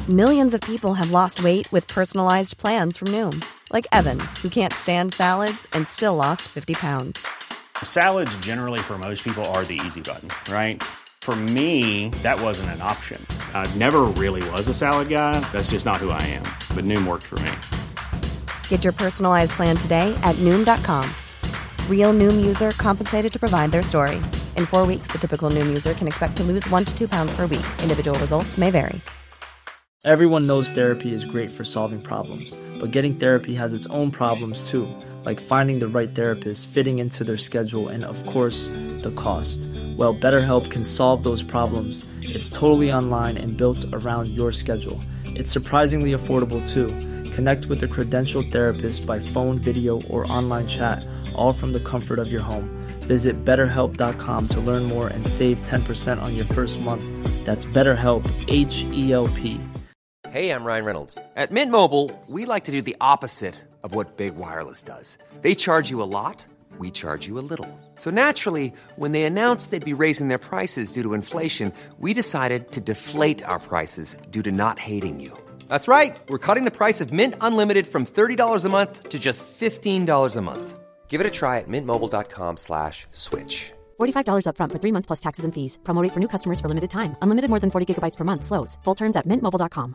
Millions of people have lost weight with personalized plans from Noom. Like Evan, who can't stand salads and still lost 50 pounds. Salads generally for most people are the easy button, right? For me, that wasn't an option. I never really was a salad guy. That's just not who I am. But Noom worked for me. Get your personalized plan today at Noom.com. Real Noom user compensated to provide their story. In 4 weeks, the typical Noom user can expect to lose 1 to 2 pounds per week. Individual results may vary. Everyone knows therapy is great for solving problems, but getting therapy has its own problems too, like finding the right therapist, fitting into their schedule, and of course, the cost. Well, BetterHelp can solve those problems. It's totally online and built around your schedule. It's surprisingly affordable too. Connect with a credentialed therapist by phone, video, or online chat, all from the comfort of your home. Visit BetterHelp.com to learn more and save 10% on your first month. That's BetterHelp, H-E-L-P. Hey, I'm Ryan Reynolds. At Mint Mobile, we like to do the opposite of what Big Wireless does. They charge you a lot, we charge you a little. So naturally, when they announced they'd be raising their prices due to inflation, we decided to deflate our prices due to not hating you. That's right. We're cutting the price of Mint Unlimited from $30 a month to just $15 a month. Give it a try at mintmobile.com/switch. $45 up front for 3 months plus taxes and fees. Promo rate for new customers for limited time. Unlimited more than 40 gigabytes per month. Slows full terms at mintmobile.com.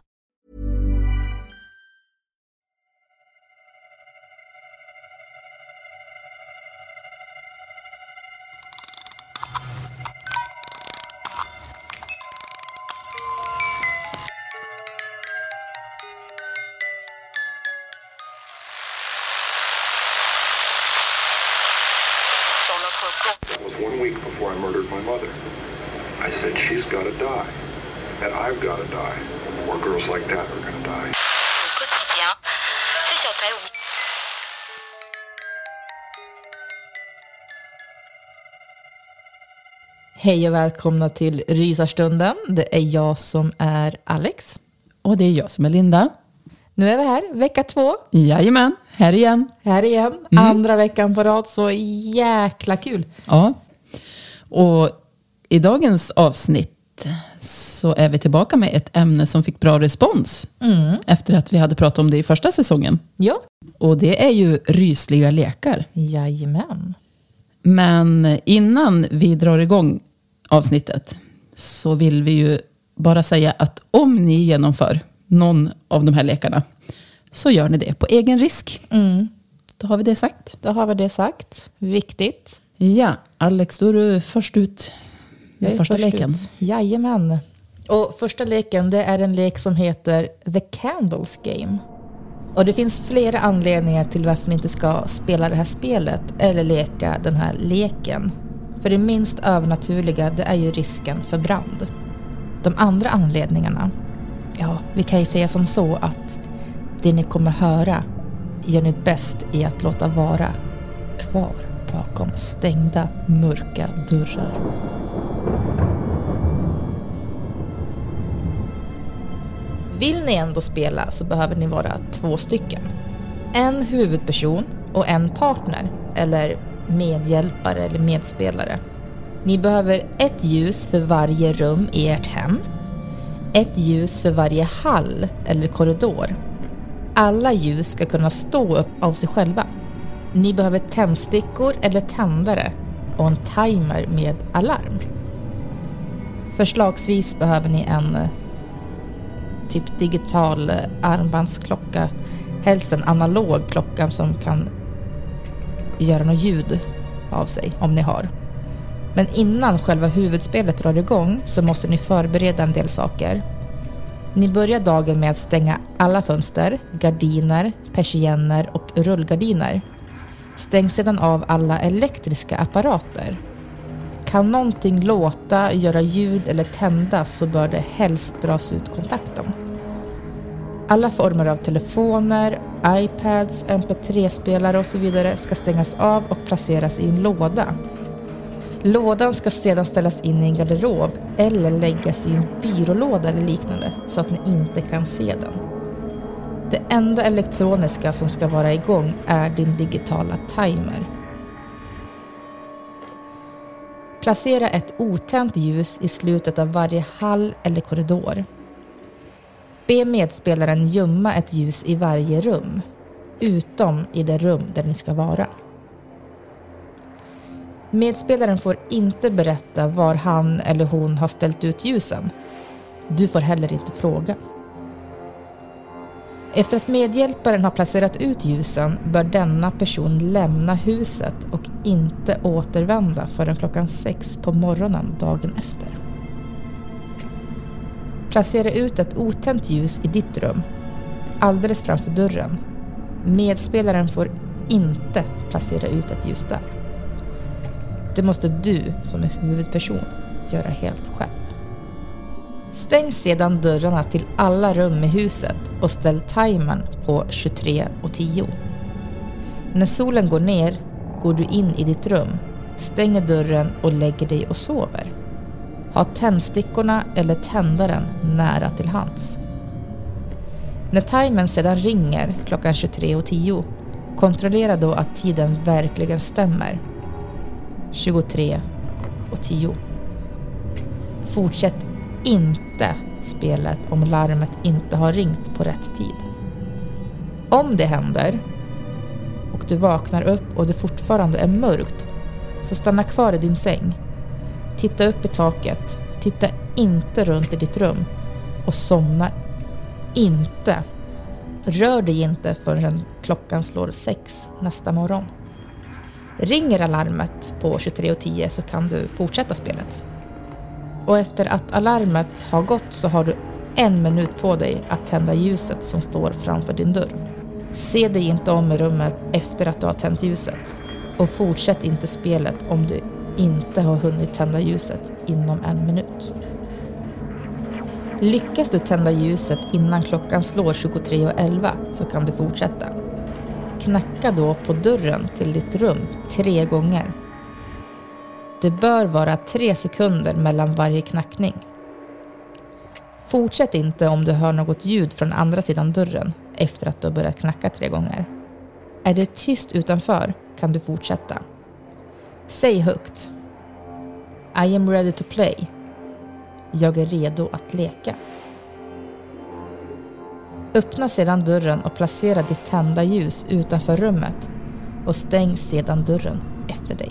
That was 1 week before I murdered my mother. I said, she's got to die. And I've got to die. More girls like that are going to die. Au quotidien, c'est sur Terre. Hej och välkomna till Rysarstunden. Det är jag som är Alex. Och det är jag som är Linda. Nu är vi här, vecka 2. Jajamän, här igen. Andra veckan på rad, så jäkla kul. Ja, och i dagens avsnitt så är vi tillbaka med ett ämne som fick bra respons. Efter att vi hade pratat om det i första säsongen. Ja. Och det är ju rysliga lekar. Jajamän. Men innan vi drar igång avsnittet så vill vi ju bara säga att om ni genomför någon av de här lekarna så gör ni det på egen risk. Då har vi det sagt. Viktigt. Ja, Alex, då är du först ut med första leken. Jajamän. Och första leken, det är en lek som heter The Candles Game. Och det finns flera anledningar till varför ni inte ska spela det här spelet eller leka den här leken. För det minst övernaturliga, det är ju risken för brand. De andra anledningarna, ja, vi kan ju säga som så att det ni kommer höra gör ni bäst i att låta vara kvar bakom stängda, mörka dörrar. Vill ni ändå spela så behöver ni vara 2 stycken. En huvudperson och en partner eller medhjälpare eller medspelare. Ni behöver 1 ljus för varje rum i ert hem. 1 ljus för varje hall eller korridor. Alla ljus ska kunna stå upp av sig själva. Ni behöver tändstickor eller tändare och en timer med alarm. Förslagsvis behöver ni en typ digital armbandsklocka. Helst en analog klocka som kan göra något ljud av sig om ni har. Men innan själva huvudspelet drar igång så måste ni förbereda en del saker. Ni börjar dagen med att stänga alla fönster, gardiner, persienner och rullgardiner. Stäng sedan av alla elektriska apparater. Kan någonting låta, göra ljud eller tändas så bör det helst dras ut kontakten. Alla former av telefoner, iPads, MP3-spelare och så vidare ska stängas av och placeras i en låda. Lådan ska sedan ställas in i en garderob eller läggas i en byrålåda eller liknande så att ni inte kan se den. Det enda elektroniska som ska vara igång är din digitala timer. Placera ett otänt ljus i slutet av varje hall eller korridor. Be medspelaren gömma ett ljus i varje rum, utom i det rum där ni ska vara. Medspelaren får inte berätta var han eller hon har ställt ut ljusen. Du får heller inte fråga. Efter att medhjälparen har placerat ut ljusen bör denna person lämna huset och inte återvända förrän klockan 6 på morgonen dagen efter. Placera ut ett otänt ljus i ditt rum, alldeles framför dörren. Medspelaren får inte placera ut ett ljus där. Det måste du som är huvudperson göra helt själv. Stäng sedan dörrarna till alla rum i huset och ställ timern på 23:10. När solen går ner går du in i ditt rum, stänger dörren och lägger dig och sover. Ha tändstickorna eller tändaren nära till hands. När timern sedan ringer klockan 23:10, kontrollera då att tiden verkligen stämmer. 23:10. Fortsätt inte spelet om larmet inte har ringt på rätt tid. Om det händer och du vaknar upp och det fortfarande är mörkt, så stanna kvar i din säng. Titta upp i taket. Titta inte runt i ditt rum. Och somna inte. Rör dig inte förrän klockan slår 6 nästa morgon. Ringer alarmet på 23:10 så kan du fortsätta spelet. Och efter att alarmet har gått så har du 1 minut på dig att tända ljuset som står framför din dörr. Se dig inte om i rummet efter att du har tänt ljuset. Och fortsätt inte spelet om du inte har hunnit tända ljuset inom 1 minut. Lyckas du tända ljuset innan klockan slår 23:11 så kan du fortsätta. Knacka då på dörren till ditt rum 3 gånger. Det bör vara 3 sekunder mellan varje knackning. Fortsätt inte om du hör något ljud från andra sidan dörren efter att du har börjat knacka 3 gånger. Är det tyst utanför kan du fortsätta. Säg högt: I am ready to play. Jag är redo att leka. Öppna sedan dörren och placera ditt tända ljus utanför rummet och stäng sedan dörren efter dig.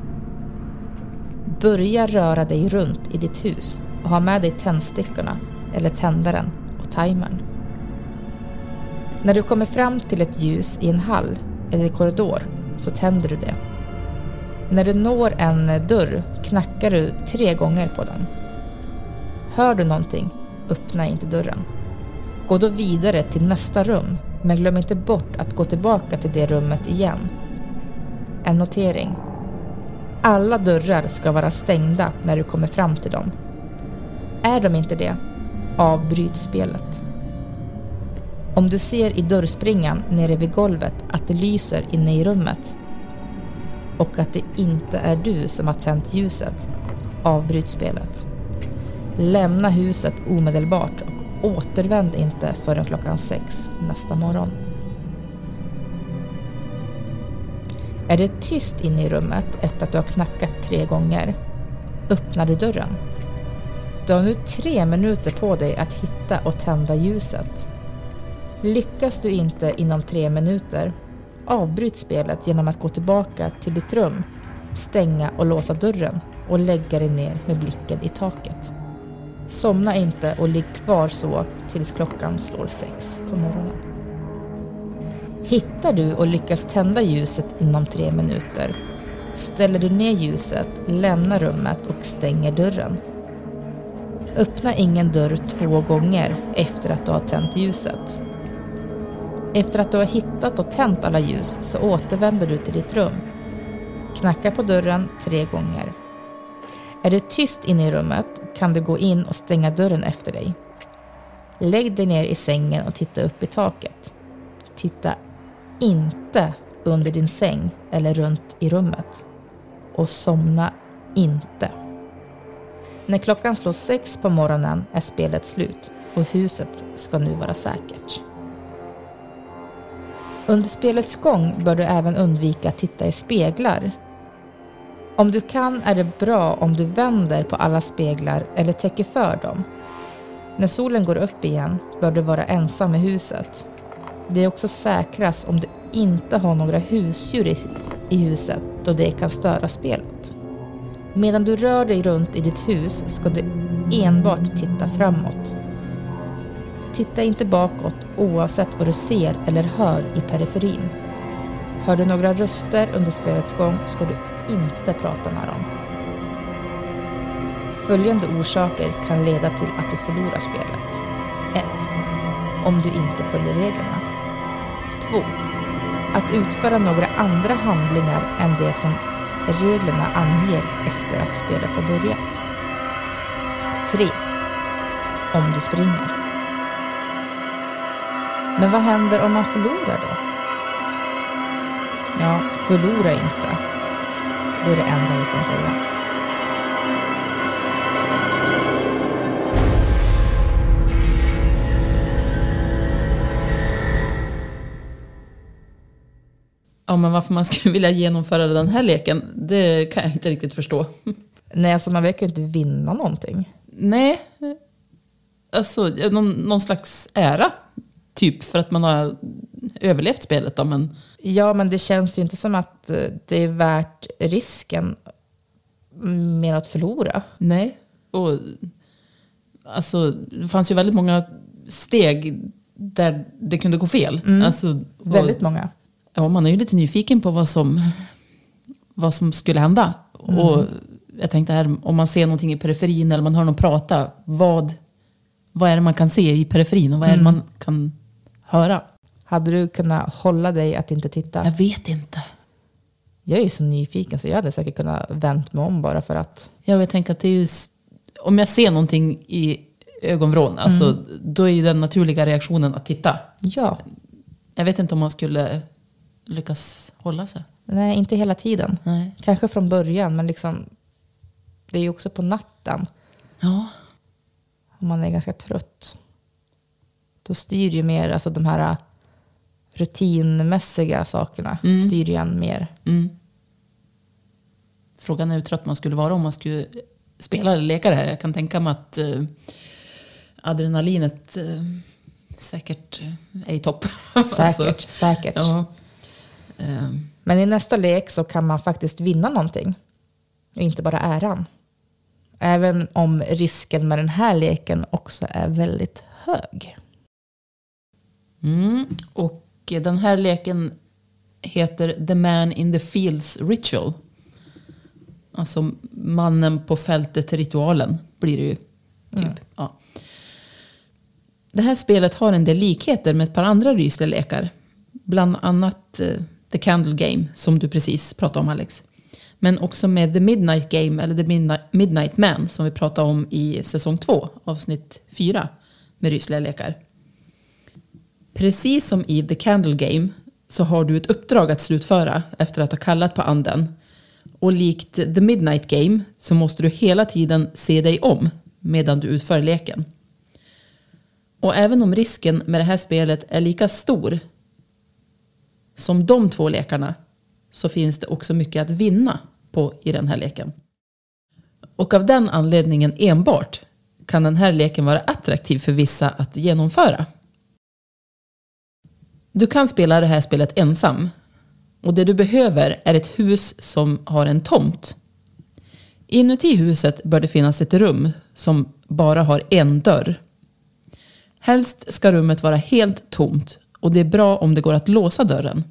Börja röra dig runt i ditt hus och ha med dig tändstickorna eller tändaren och timern. När du kommer fram till ett ljus i en hall eller korridor så tänder du det. När du når en dörr knackar du 3 gånger på den. Hör du någonting, öppna inte dörren. Gå då vidare till nästa rum, men glöm inte bort att gå tillbaka till det rummet igen. En notering: alla dörrar ska vara stängda när du kommer fram till dem. Är de inte det, avbryt spelet. Om du ser i dörrspringan nere vid golvet att det lyser inne i rummet och att det inte är du som har tänt ljuset, avbryt spelet. Lämna huset omedelbart och återvänd inte förrän klockan 6 nästa morgon. Är det tyst inne i rummet efter att du har knackat 3 gånger, öppnar du dörren. Du har nu 3 minuter på dig att hitta och tända ljuset. Lyckas du inte inom 3 minuter, avbryt spelet genom att gå tillbaka till ditt rum, stänga och låsa dörren och lägga dig ner med blicken i taket. Somna inte och ligg kvar så tills klockan slår 6 på morgonen. Hittar du och lyckas tända ljuset inom 3 minuter, ställer du ner ljuset, lämnar rummet och stänger dörren. Öppna ingen dörr 2 gånger efter att du har tänt ljuset. Efter att du har hittat och tänt alla ljus så återvänder du till ditt rum. Knacka på dörren 3 gånger. Är det tyst inne i rummet kan du gå in och stänga dörren efter dig. Lägg dig ner i sängen och titta upp i taket. Titta inte under din säng eller runt i rummet. Och somna inte. När klockan slår 6 på morgonen är spelet slut och huset ska nu vara säkert. Under spelets gång bör du även undvika att titta i speglar. Om du kan är det bra om du vänder på alla speglar eller täcker för dem. När solen går upp igen bör du vara ensam i huset. Det är också säkrast om du inte har några husdjur i huset, då det kan störa spelet. Medan du rör dig runt i ditt hus ska du enbart titta framåt. Titta inte bakåt oavsett vad du ser eller hör i periferin. Hör du några röster under spelets gång ska du inte prata med dem. Följande orsaker kan leda till att du förlorar spelet. 1. Om du inte följer reglerna. 2. Att utföra några andra handlingar än det som reglerna anger efter att spelet har börjat. 3. Om du springer. Men vad händer om man förlorar då? Ja, förlora inte. Det är det enda jag kan säga. Ja, men varför man skulle vilja genomföra den här leken, det kan jag inte riktigt förstå. Nej, alltså man verkar ju inte vinna någonting. Nej, alltså någon slags ära. Typ för att man har överlevt spelet då, men... Ja, men det känns ju inte som att det är värt risken med att förlora. Nej, och alltså det fanns ju väldigt många steg där det kunde gå fel. Alltså, väldigt många. Ja, man är ju lite nyfiken på vad som skulle hända. Och jag tänkte här, om man ser någonting i periferin eller man hör någon prata, vad är det man kan se i periferin och vad är det man kan höra? Hade du kunnat hålla dig att inte titta? Jag vet inte. Jag är ju så nyfiken så jag hade säkert kunnat vänt mig om bara för att... Ja, jag tänker att det är ju, om jag ser någonting i ögonvrån, alltså, då är ju den naturliga reaktionen att titta. Ja. Jag vet inte om man skulle lyckas hålla sig. Nej, inte hela tiden. Nej. Kanske från början, men liksom, det är ju också på natten. Ja. Om man är ganska trött. Då styr ju mer, alltså de här rutinmässiga sakerna styr igen mer. Frågan är hur trött man skulle vara om man skulle spela eller leka det här. Jag kan tänka mig att adrenalinet säkert är i topp. Säkert. Ja. Men i nästa lek så kan man faktiskt vinna någonting. Och inte bara äran. Även om risken med den här leken också är väldigt hög. Och den här leken heter The Man in the Fields Ritual. Alltså mannen på fältet ritualen blir det ju. Typ. Ja. Det här spelet har en del likheter med ett par andra rysselekar. Bland annat The Candle Game som du precis pratade om, Alex. Men också med The Midnight Game eller The Midnight Man som vi pratade om i säsong 2, avsnitt 4 med rysselekar. Precis som i The Candle Game så har du ett uppdrag att slutföra efter att ha kallat på anden. Och likt The Midnight Game så måste du hela tiden se dig om medan du utför leken. Och även om risken med det här spelet är lika stor som de två lekarna så finns det också mycket att vinna på i den här leken. Och av den anledningen enbart kan den här leken vara attraktiv för vissa att genomföra. Du kan spela det här spelet ensam. Och det du behöver är ett hus som har en tomt. Inuti huset bör det finnas ett rum som bara har en dörr. Helst ska rummet vara helt tomt och det är bra om det går att låsa dörren.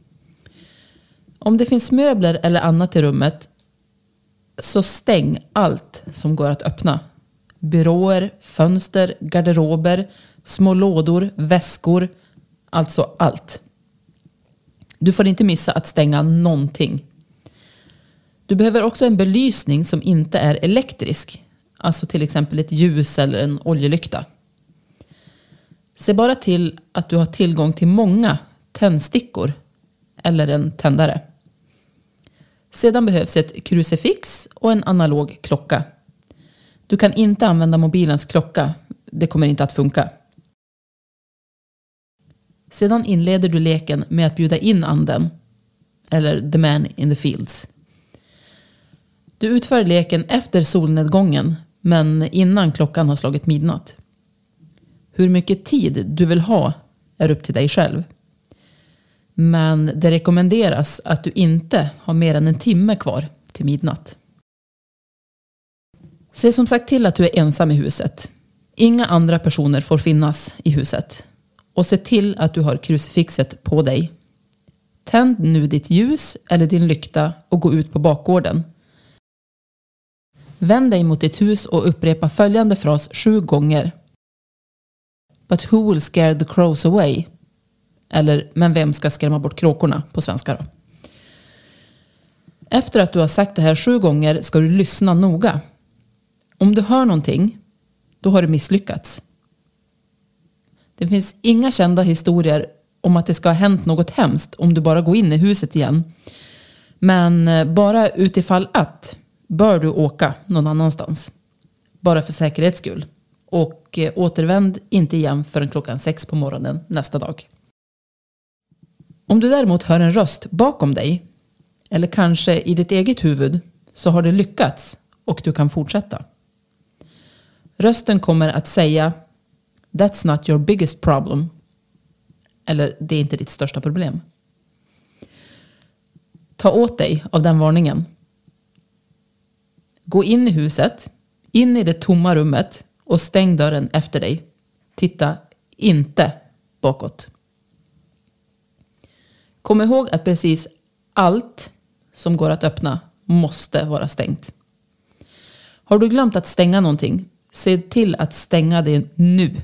Om det finns möbler eller annat i rummet så stäng allt som går att öppna. Byråer, fönster, garderober, små lådor, väskor, alltså allt. Du får inte missa att stänga någonting. Du behöver också en belysning som inte är elektrisk. Alltså till exempel ett ljus eller en oljelykta. Se bara till att du har tillgång till många tändstickor eller en tändare. Sedan behövs ett krucifix och en analog klocka. Du kan inte använda mobilens klocka. Det kommer inte att funka. Sedan inleder du leken med att bjuda in anden, eller The Man in the Fields. Du utför leken efter solnedgången, men innan klockan har slagit midnatt. Hur mycket tid du vill ha är upp till dig själv. Men det rekommenderas att du inte har mer än en timme kvar till midnatt. Se som sagt till att du är ensam i huset. Inga andra personer får finnas i huset. Och se till att du har krucifixet på dig. Tänd nu ditt ljus eller din lykta och gå ut på bakgården. Vänd dig mot ditt hus och upprepa följande fras 7 gånger. But who will scare the crows away? Eller, men vem ska skrämma bort kråkorna på svenska då? Efter att du har sagt det här 7 gånger ska du lyssna noga. Om du hör någonting, då har du misslyckats. Det finns inga kända historier om att det ska ha hänt något hemskt om du bara går in i huset igen. Men bara utifall att bör du åka någon annanstans. Bara för säkerhets skull. Och återvänd inte igen förrän klockan 6 på morgonen nästa dag. Om du däremot hör en röst bakom dig, eller kanske i ditt eget huvud, så har det lyckats och du kan fortsätta. Rösten kommer att säga "That's not your biggest problem." Eller "Det är inte ditt största problem." Ta åt dig av den varningen. Gå in i huset, in i det tomma rummet och stäng dörren efter dig. Titta inte bakåt. Kom ihåg att precis allt som går att öppna måste vara stängt. Har du glömt att stänga någonting, se till att stänga det nu.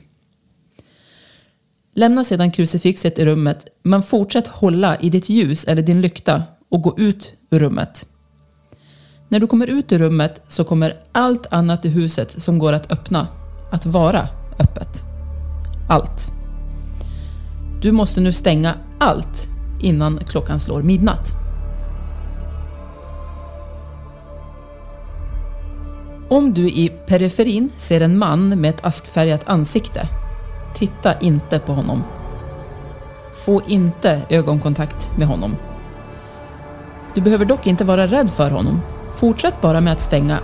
Lämna sedan krucifixet i rummet, men fortsätt hålla i ditt ljus eller din lykta och gå ut ur rummet. När du kommer ut ur rummet så kommer allt annat i huset som går att öppna att vara öppet. Allt. Du måste nu stänga allt innan klockan slår midnatt. Om du i periferin ser en man med ett askfärgat ansikte, titta inte på honom. Få inte ögonkontakt med honom. Du behöver dock inte vara rädd för honom. Fortsätt bara med att stänga.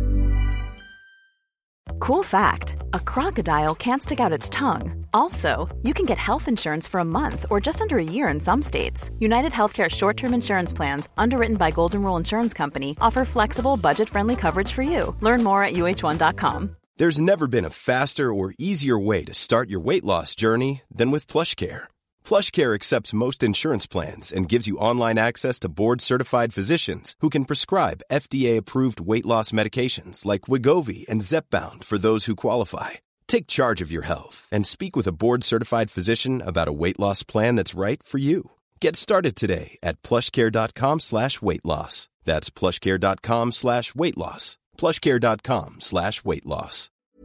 Cool fact, a crocodile can't stick out its tongue. Also, you can get health insurance for a month or just under a year in some states. United Healthcare short-term insurance plans, underwritten by Golden Rule Insurance Company, offer flexible, budget-friendly coverage for you. Learn more at uh1.com. There's never been a faster or easier way to start your weight loss journey than with PlushCare. PlushCare accepts most insurance plans and gives you online access to board-certified physicians who can prescribe FDA-approved weight loss medications like Wegovy and Zepbound for those who qualify. Take charge of your health and speak with a board-certified physician about a weight loss plan that's right for you. Get started today at plushcare.com/weightloss. That's plushcare.com/weightloss. plushcare.com/weightloss.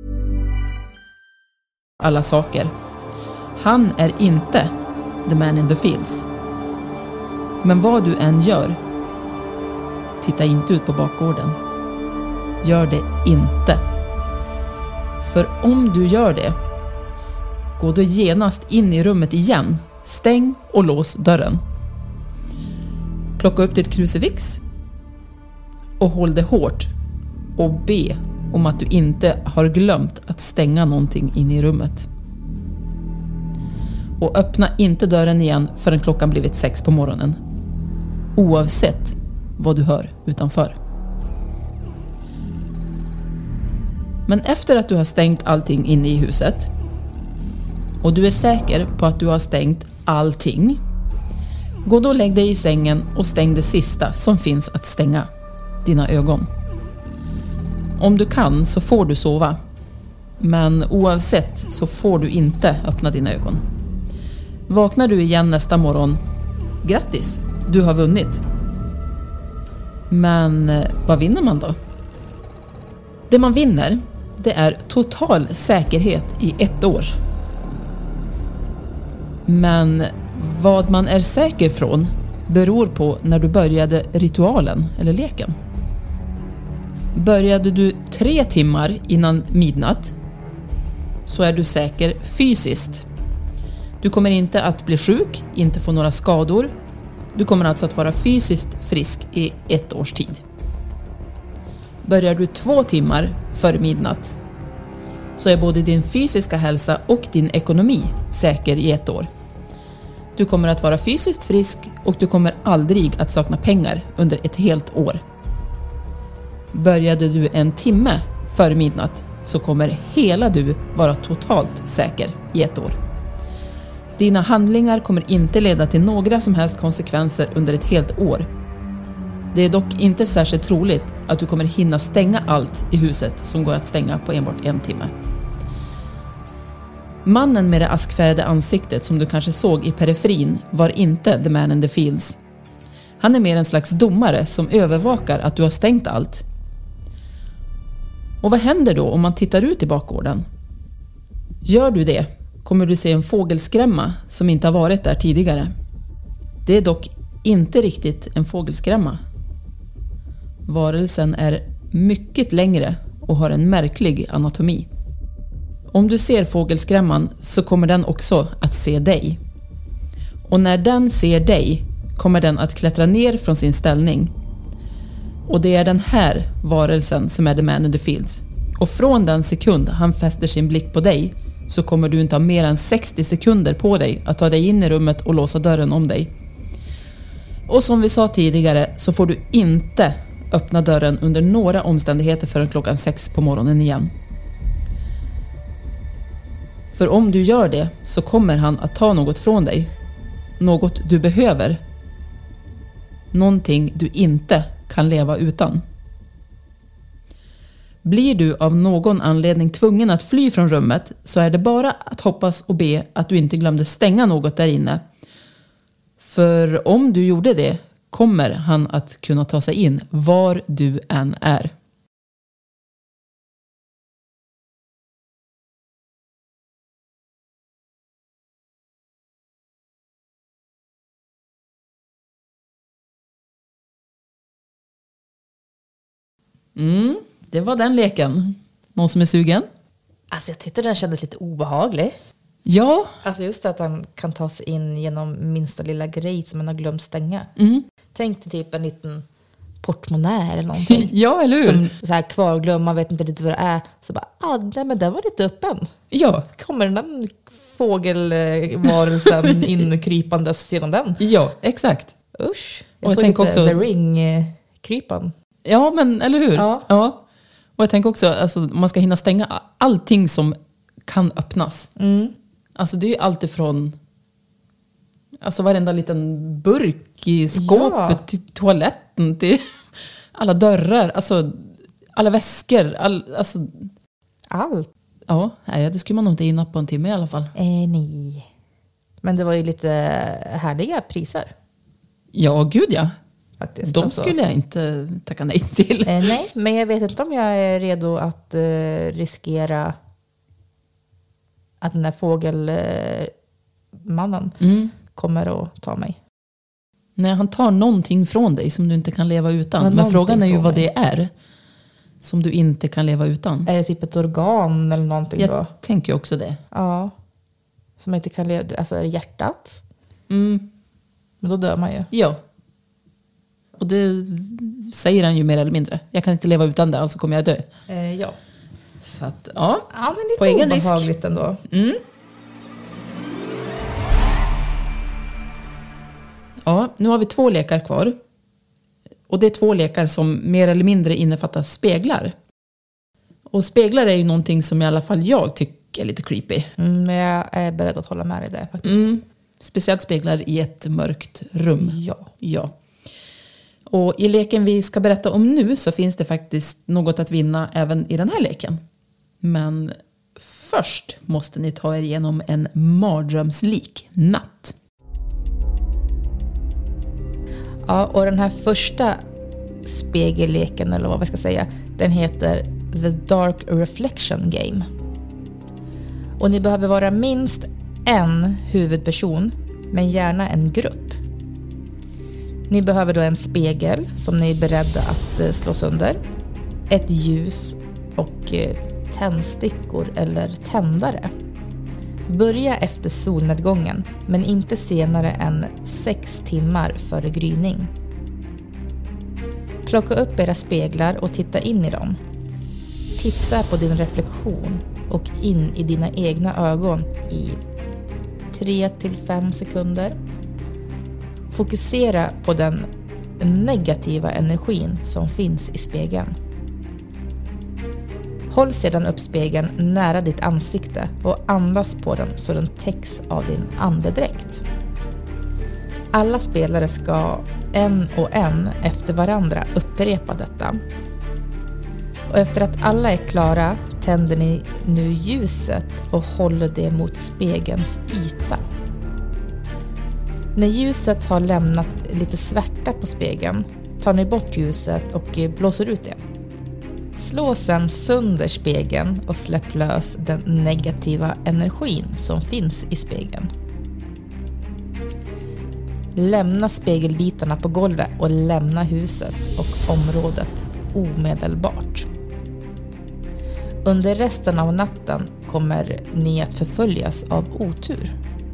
Alla saker. Han är inte the man in the fields. Men vad du än gör, titta inte ut på bakgården. Gör det inte. För om du gör det, gå då genast in i rummet igen. Stäng och lås dörren. Plocka upp ditt krucifix och håll det hårt och be om att du inte har glömt att stänga någonting in i rummet. Och öppna inte dörren igen förrän klockan blivit 6 på morgonen. Oavsett vad du hör utanför. Men efter att du har stängt allting inne i huset och du är säker på att du har stängt allting, gå då och lägg dig i sängen och stäng det sista som finns att stänga, dina ögon. Om du kan så får du sova, men oavsett så får du inte öppna dina ögon. Vaknar du igen nästa morgon, grattis, du har vunnit. Men vad vinner man då? Det man vinner, det är total säkerhet i 1 år. Men vad man är säker från beror på när du började ritualen eller leken. Började du 3 timmar innan midnatt så är du säker fysiskt. Du kommer inte att bli sjuk, inte få några skador. Du kommer alltså att vara fysiskt frisk i 1 års tid. Börjar du 2 timmar före midnatt, så är både din fysiska hälsa och din ekonomi säker i 1 år. Du kommer att vara fysiskt frisk och du kommer aldrig att sakna pengar under ett helt år. Började du 1 timme före midnatt så kommer hela du vara totalt säker i 1 år. Dina handlingar kommer inte leda till några som helst konsekvenser under ett helt år. Det är dock inte särskilt troligt att du kommer hinna stänga allt i huset som går att stänga på enbart 1 timme. Mannen med det askfärgade ansiktet som du kanske såg i periferin var inte the man in the fields. Han är mer en slags domare som övervakar att du har stängt allt. Och vad händer då om man tittar ut i bakgården? Gör du det kommer du se en fågelskrämma som inte har varit där tidigare. Det är dock inte riktigt en fågelskrämma. Varelsen är mycket längre och har en märklig anatomi. Om du ser fågelskrämman så kommer den också att se dig. Och när den ser dig kommer den att klättra ner från sin ställning. Och det är den här varelsen som är the man in the fields. Och från den sekund han fäster sin blick på dig så kommer du inte ha mer än 60 sekunder på dig att ta dig in i rummet och låsa dörren om dig. Och som vi sa tidigare så får du inte öppna dörren under några omständigheter förrän klockan 6 på morgonen igen. För om du gör det så kommer han att ta något från dig. Något du behöver. Någonting du inte kan leva utan. Blir du av någon anledning tvungen att fly från rummet så är det bara att hoppas och be att du inte glömde stänga något där inne. För om du gjorde det kommer han att kunna ta sig in var du än är. Det var den leken. Någon som är sugen? Alltså jag tyckte den kändes lite obehaglig. Ja. Alltså just att han kan ta sig in genom minsta lilla grej som man har glömt stänga. Tänk dig typ en liten portmonnä eller någonting. Ja, eller hur? Som så här kvarglöm, man vet inte lite vad det är. Så bara, nej, men den var lite öppen. Ja. Kommer den fågelvarelsen inkrypandes genom den? Ja, exakt. Usch. Jag såg lite också The Ring-krypan. Ja, men eller hur? Ja. Och jag tänker också, alltså, man ska hinna stänga allting som kan öppnas. Alltså det är ju allt ifrån alltså varenda liten burk i skåpet till toaletten till alla dörrar, alltså alla väskor, alltså allt. Ja, nej, det skulle man nog inte hinna på en timme i alla fall. Nej. Men det var ju lite härliga priser. Ja, gud ja. Faktiskt, de skulle jag inte tacka nej till. Nej, men jag vet inte om jag är redo att riskera att den där fågelmannen kommer att ta mig. Nej, han tar någonting från dig som du inte kan leva utan. Men frågan är ju vad det är som du inte kan leva utan. Är det typ ett organ eller någonting då? Jag tänker också det. Ja. Som inte kan leva, alltså är det hjärtat? Men då dör man ju. Ja. Och det säger han ju mer eller mindre. Jag kan inte leva utan det, alltså kommer jag dö. Ja. Så att, ja. Ja, men lite på egen obehagligt risk. Ändå. Ja, nu har vi 2 lekar kvar. Och det är 2 lekar som mer eller mindre innefattar speglar. Och speglar är ju någonting som i alla fall jag tycker är lite creepy. Men jag är beredd att hålla med dig där faktiskt. Speciellt speglar i ett mörkt rum. Ja. Och i leken vi ska berätta om nu så finns det faktiskt något att vinna även i den här leken. Men först måste ni ta er igenom en mardrömslik natt. Ja, och den här första spegelleken, eller vad vi ska säga, den heter The Dark Reflection Game. Och ni behöver vara minst en huvudperson, men gärna en grupp. Ni behöver då en spegel som ni är beredda att slå sönder, ett ljus och tändstickor eller tändare. Börja efter solnedgången, men inte senare än 6 timmar före gryning. Plocka upp era speglar och titta in i dem. Titta på din reflektion och in i dina egna ögon i 3-5 sekunder. Fokusera på den negativa energin som finns i spegeln. Håll sedan upp spegeln nära ditt ansikte och andas på den så den täcks av din andedräkt. Alla spelare ska en och en efter varandra upprepa detta. Och efter att alla är klara tänder ni nu ljuset och håller det mot spegelns yta. När ljuset har lämnat lite svärta på spegeln tar ni bort ljuset och blåser ut det. Slå sedan sönder spegeln och släpp lös den negativa energin som finns i spegeln. Lämna spegelbitarna på golvet och lämna huset och området omedelbart. Under resten av natten kommer ni att förföljas av otur.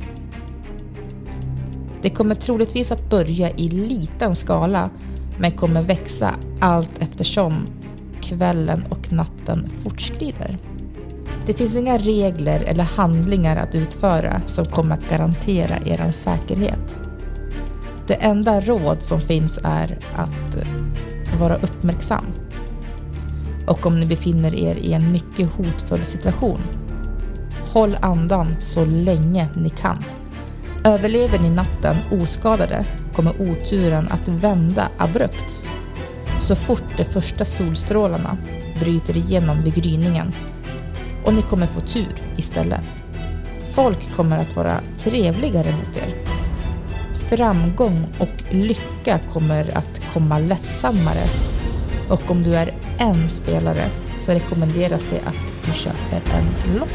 Det kommer troligtvis att börja i liten skala men kommer växa allt eftersom kvällen och natten fortskrider. Det finns inga regler eller handlingar att utföra som kommer att garantera er säkerhet. Det enda råd som finns är att vara uppmärksam. Och om ni befinner er i en mycket hotfull situation, håll andan så länge ni kan. Överlever ni natten oskadade kommer oturen att vända abrupt. Så fort de första solstrålarna bryter igenom vid gryningen och ni kommer få tur istället. Folk kommer att vara trevligare mot er. Framgång och lycka kommer att komma lättsammare. Och om du är en spelare så rekommenderas det att du köper en lott.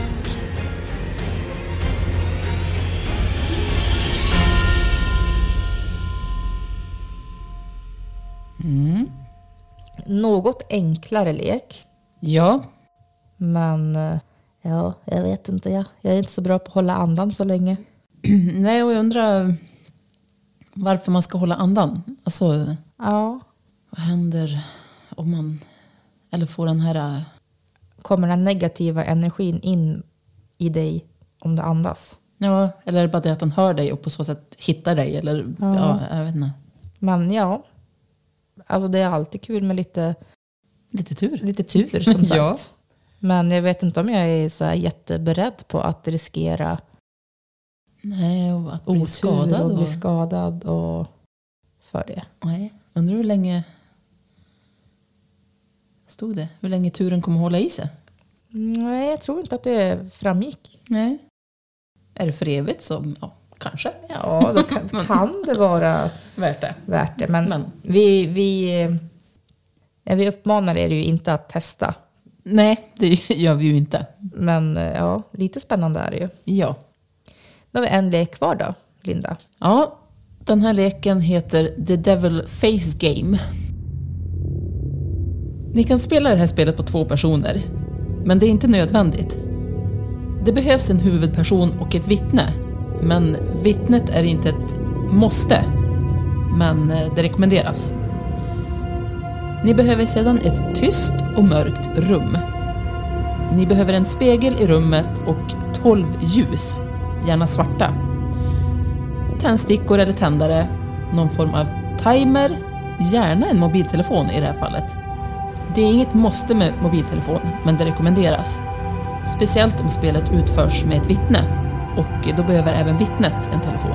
Något enklare lek. Ja. Men ja, jag vet inte. Jag är inte så bra på att hålla andan så länge. Nej, och jag undrar varför man ska hålla andan. Alltså, ja. Vad händer om man eller får den här... Kommer den negativa energin in i dig om du andas? Ja, eller är det bara det att den hör dig och på så sätt hittar dig? Eller, ja, jag vet inte. Men ja, alltså det är alltid kul med lite tur. Lite tur som sagt. Ja. Men jag vet inte om jag är så här jätteberedd på att riskera och att bli skadad. Och bli skadad och för det. Nej, undrar hur länge stod det? Hur länge turen kommer hålla i sig? Nej, jag tror inte att det framgick. Nej. Är det för evigt så, ja, kanske. Ja, då kan det vara värt det. Men vi uppmanar er ju inte att testa. Nej, det gör vi ju inte. Men ja, lite spännande är det ju. Ja. Då har vi en lek kvar då, Linda. Ja, den här leken heter The Devil Face Game. Ni kan spela det här spelet på 2 personer, men det är inte nödvändigt. Det behövs en huvudperson och ett vittne, men vittnet är inte ett måste, men det rekommenderas. Ni behöver sedan ett tyst och mörkt rum. Ni behöver en spegel i rummet och 12 ljus, gärna svarta. Tändstickor eller tändare, någon form av timer, gärna en mobiltelefon i det här fallet. Det är inget måste med mobiltelefon, men det rekommenderas. Speciellt om spelet utförs med ett vittne, och då behöver även vittnet en telefon.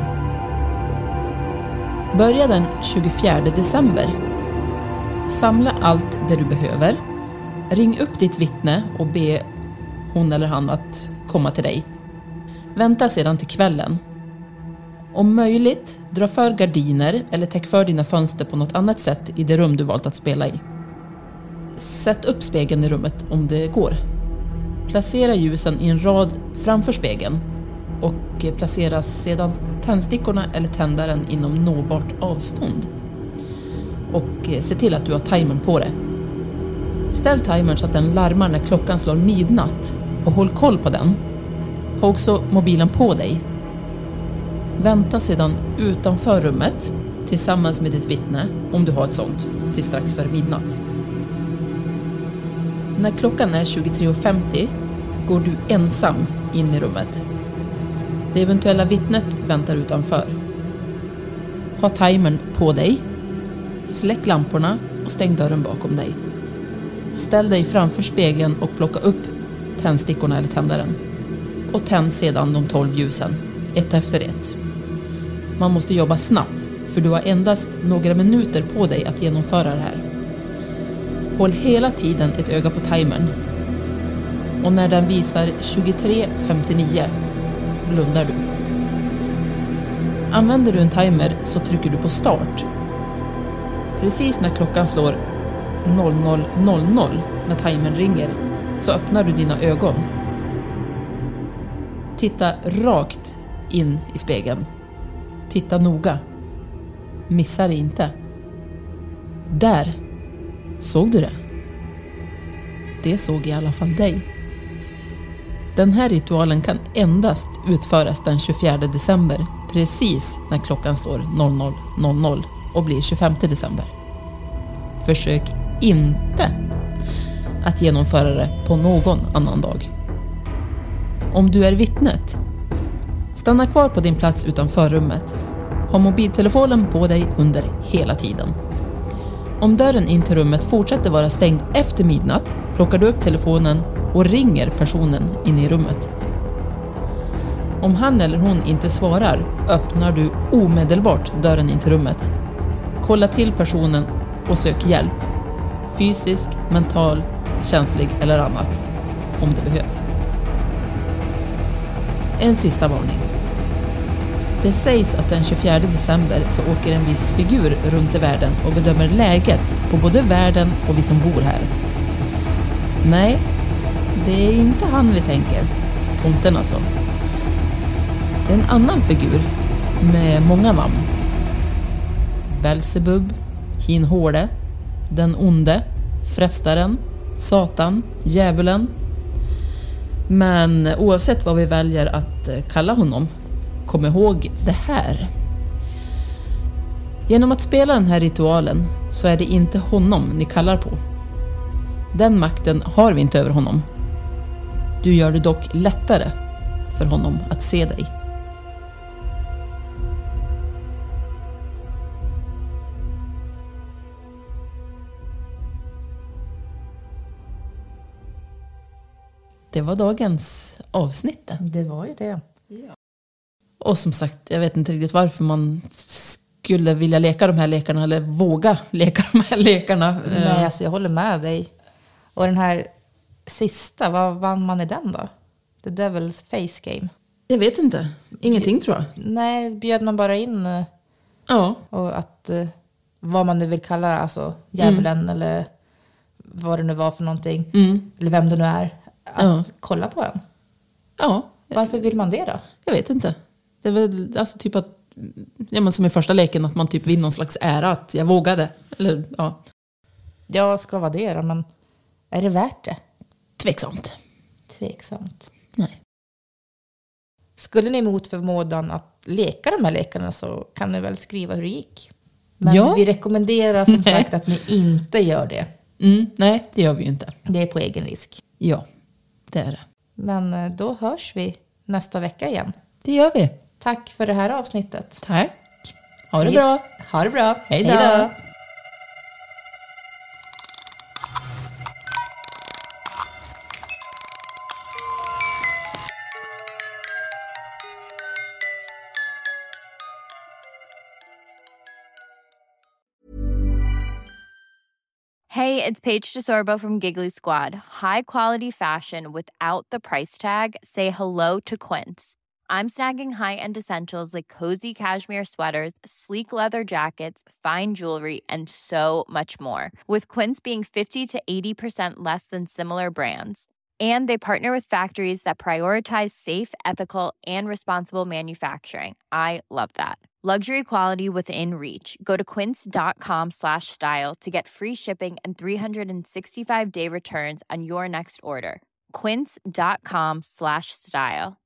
Börja den 24 december. Samla allt det du behöver. Ring upp ditt vittne och be hon eller han att komma till dig. Vänta sedan till kvällen. Om möjligt, dra för gardiner eller täck för dina fönster på något annat sätt i det rum du valt att spela i. Sätt upp spegeln i rummet om det går. Placera ljusen i en rad framför spegeln och placera sedan tändstickorna eller tändaren inom nåbart avstånd. Och se till att du har timern på det. Ställ timern så att den larmar när klockan slår midnatt och håll koll på den. Ha också mobilen på dig. Vänta sedan utanför rummet tillsammans med ditt vittne, om du har ett sånt, till strax före midnatt. När klockan är 23:50 går du ensam in i rummet. Det eventuella vittnet väntar utanför. Ha timern på dig. Släck lamporna och stäng dörren bakom dig. Ställ dig framför spegeln och plocka upp tändstickorna eller tändaren. Och tänd sedan de 12 ljusen, ett efter ett. Man måste jobba snabbt, för du har endast några minuter på dig att genomföra det här. Håll hela tiden ett öga på timern. Och när den visar 23:59 blundar du. Använder du en timer så trycker du på start. Precis när klockan slår 00:00 när timern ringer så öppnar du dina ögon. Titta rakt in i spegeln. Titta noga. Missa det inte. Där. Såg du det? Det såg i alla fall dig. Den här ritualen kan endast utföras den 24 december, precis när klockan slår 00:00 och blir 25 december. Försök inte att genomföra det på någon annan dag. Om du är vittnet, stanna kvar på din plats utanför rummet. Ha mobiltelefonen på dig under hela tiden. Om dörren in till rummet fortsätter vara stängd efter midnatt, plockar du upp telefonen och ringer personen inne i rummet. Om han eller hon inte svarar, öppnar du omedelbart dörren in till rummet. Kolla till personen och sök hjälp. Fysisk, mental, känslig eller annat. Om det behövs. En sista varning. Det sägs att den 24 december så åker en viss figur runt i världen och bedömer läget på både världen och vi som bor här. Nej, det är inte han vi tänker. Tomten alltså. Det är en annan figur med många namn. Belzebub, Hinhårde, den onde, frestaren, Satan, djävulen. Men oavsett vad vi väljer att kalla honom, kom ihåg det här. Genom att spela den här ritualen så är det inte honom ni kallar på. Den makten har vi inte över honom. Du gör det dock lättare för honom att se dig. Det var dagens avsnitt. Det var ju det. Ja. Och som sagt, jag vet inte riktigt varför man skulle vilja leka de här lekarna eller våga leka de här lekarna. Nej, alltså jag håller med dig. Och den här sista, vad vann man i den då? The Devil's Face Game. Jag vet inte. Ingenting tror jag. Nej, bjöd man bara in och att vad man nu vill kalla alltså djävulen eller vad det nu var för någonting. Eller vem det nu är. Att kolla på en. Ja. Varför vill man det då? Jag vet inte. Det är väl alltså typ att men som i första leken att man typ vinner någon slags ära att jag vågade. Eller, ja. Ja, ska vara det då, men är det värt det? Tveksamt. Nej. Skulle ni mot förmodan att leka de här lekarna så kan ni väl skriva hur det gick. Men vi rekommenderar som sagt att ni inte gör det. Nej, det gör vi ju inte. Det är på egen risk. Ja, det är det. Men då hörs vi nästa vecka igen. Det gör vi. Tack för det här avsnittet. Tack. Ha det bra. Ha det bra. Hej då. Hey, it's Paige DeSorbo from Giggly Squad. High quality fashion without the price tag. Say hello to Quince. I'm snagging high-end essentials like cozy cashmere sweaters, sleek leather jackets, fine jewelry, and so much more. With Quince being 50 to 80% less than similar brands. And they partner with factories that prioritize safe, ethical, and responsible manufacturing. I love that. Luxury quality within reach. Go to quince.com/style to get free shipping and 365-day returns on your next order. Quince.com/style.